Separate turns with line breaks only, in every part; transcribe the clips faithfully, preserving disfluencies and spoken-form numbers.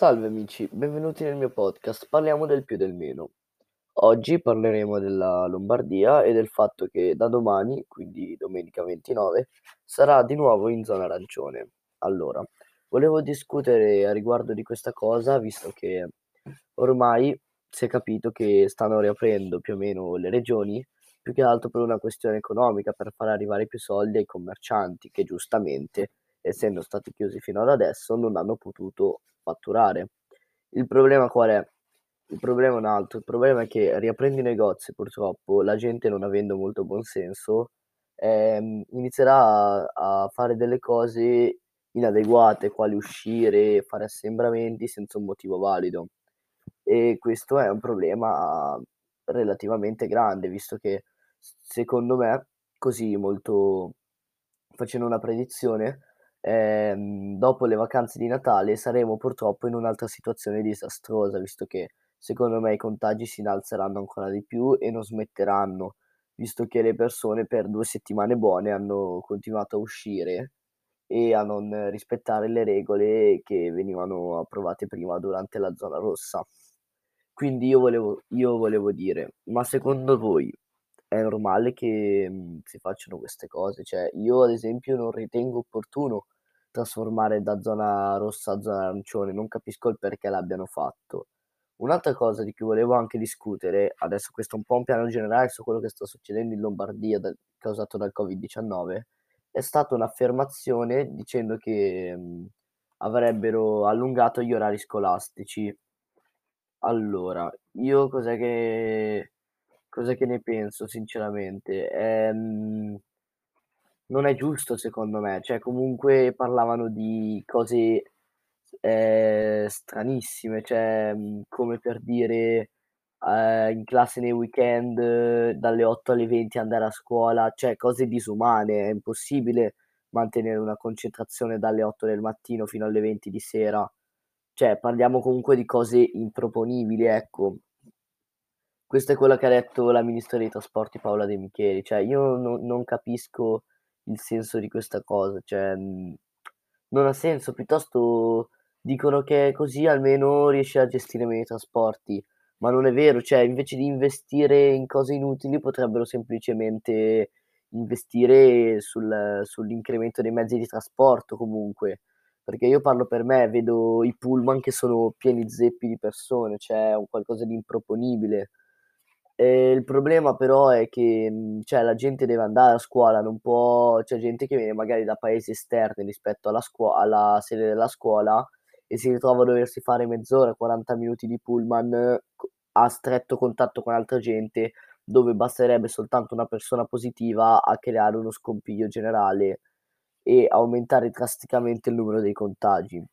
Salve amici, benvenuti nel mio podcast. Parliamo del più e del meno. Oggi parleremo della Lombardia e del fatto che da domani, quindi domenica ventinove, sarà di nuovo in zona arancione. Allora, volevo discutere a riguardo di questa cosa, visto che ormai si è capito che stanno riaprendo più o meno le regioni, più che altro per una questione economica, per far arrivare più soldi ai commercianti che giustamente, essendo stati chiusi fino ad adesso, non hanno potuto fatturare. Il problema qual è? Il problema è un altro, il problema è che riaprendo i negozi purtroppo la gente non avendo molto buon senso, ehm, inizierà a, a fare delle cose inadeguate, quali uscire, fare assembramenti senza un motivo valido. E questo è un problema relativamente grande, visto che s- secondo me, così molto facendo una predizione, ehm, dopo le vacanze di Natale saremo purtroppo in un'altra situazione disastrosa, visto che secondo me i contagi si innalzeranno ancora di più e non smetteranno, visto che le persone per due settimane buone hanno continuato a uscire e a non rispettare le regole che venivano approvate prima durante la zona rossa. Quindi io volevo, io volevo dire, ma secondo voi è normale che mh, si facciano queste cose? Cioè, io ad esempio non ritengo opportuno trasformare da zona rossa a zona arancione, non capisco il perché l'abbiano fatto. Un'altra cosa di cui volevo anche discutere, adesso questo è un po' un piano generale su quello che sta succedendo in Lombardia da- causato dal covid diciannove, è stata un'affermazione dicendo che mh, avrebbero allungato gli orari scolastici. Allora, io cos'è che, cos'è che ne penso sinceramente? Ehm, non è giusto secondo me, cioè comunque parlavano di cose eh, stranissime, cioè mh, come per dire eh, in classe nei weekend eh, dalle otto alle venti andare a scuola, cioè cose disumane, è impossibile mantenere una concentrazione dalle otto del mattino fino alle venti di sera, cioè parliamo comunque di cose improponibili, ecco. Questo è quello che ha detto la ministra dei trasporti Paola De Micheli, cioè io no- non capisco il senso di questa cosa, cioè mh, non ha senso, piuttosto dicono che così almeno riesce a gestire meglio i trasporti, ma non è vero, cioè invece di investire in cose inutili potrebbero semplicemente investire sul- sull'incremento dei mezzi di trasporto comunque, perché io parlo per me, vedo i pullman che sono pieni zeppi di persone, cioè è un qualcosa di improponibile. E il problema però è che, mhmm, cioè la gente deve andare a scuola, non può c'è gente che viene magari da paesi esterni rispetto alla scuo alla sede della scuola e si ritrova a doversi fare mezz'ora, quaranta minuti di pullman co a stretto contatto con altra gente, dove basterebbe soltanto una persona positiva a creare uno scompiglio generale e aumentare drasticamente il numero dei contagi.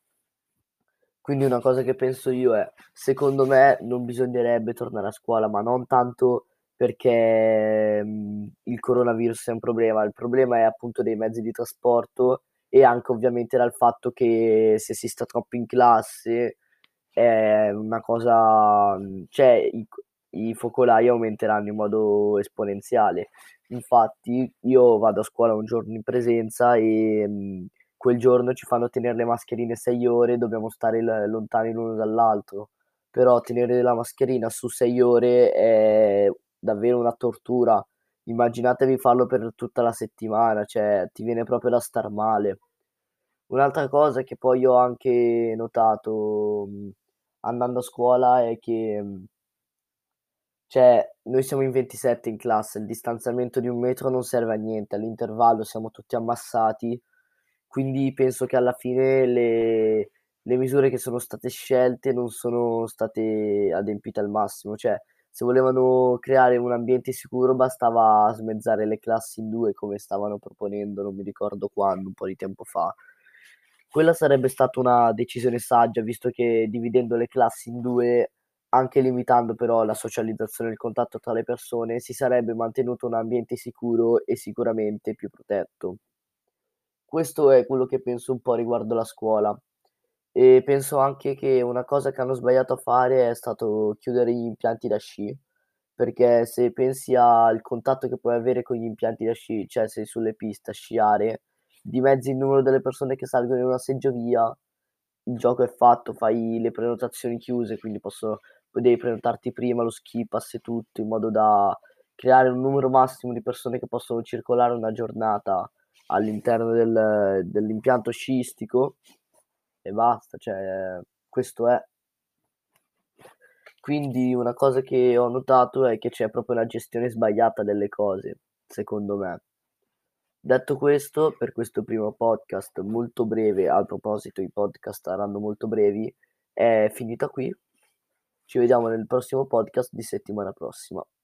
Quindi una cosa che penso io è, secondo me non bisognerebbe tornare a scuola, ma non tanto perché mh, il coronavirus è un problema, il problema è appunto dei mezzi di trasporto e anche ovviamente dal fatto che se si sta troppo in classe è una cosa, mh, cioè i, i focolai aumenteranno in modo esponenziale. Infatti io vado a scuola un giorno in presenza e mh, quel giorno ci fanno tenere le mascherine sei ore, dobbiamo stare l- lontani l'uno dall'altro, però tenere la mascherina su sei ore è davvero una tortura. Immaginatevi farlo per tutta la settimana, cioè ti viene proprio da star male. Un'altra cosa che poi ho anche notato mh, andando a scuola è che mh, cioè, noi siamo in ventisette in classe, il distanziamento di un metro non serve a niente, all'intervallo siamo tutti ammassati, quindi penso che alla fine le, le misure che sono state scelte non sono state adempiute al massimo, cioè se volevano creare un ambiente sicuro bastava smezzare le classi in due come stavano proponendo, non mi ricordo quando, un po' di tempo fa. Quella sarebbe stata una decisione saggia, visto che dividendo le classi in due anche limitando però la socializzazione e il contatto tra le persone, si sarebbe mantenuto un ambiente sicuro e sicuramente più protetto. Questo è quello che penso un po' riguardo la scuola. E penso anche che una cosa che hanno sbagliato a fare è stato chiudere gli impianti da sci, perché se pensi al contatto che puoi avere con gli impianti da sci, cioè sei sulle piste a sciare, dimezzi il numero delle persone che salgono in una seggiovia, il gioco è fatto, fai le prenotazioni chiuse, quindi possono, potevi prenotarti prima lo ski pass e tutto, in modo da creare un numero massimo di persone che possono circolare una giornata all'interno del- dell'impianto sciistico e basta, cioè questo è. Quindi una cosa che ho notato è che c'è proprio la gestione sbagliata delle cose, secondo me. Detto questo, per questo primo podcast molto breve, a proposito i podcast saranno molto brevi, è finita qui. Ci vediamo nel prossimo podcast di settimana prossima.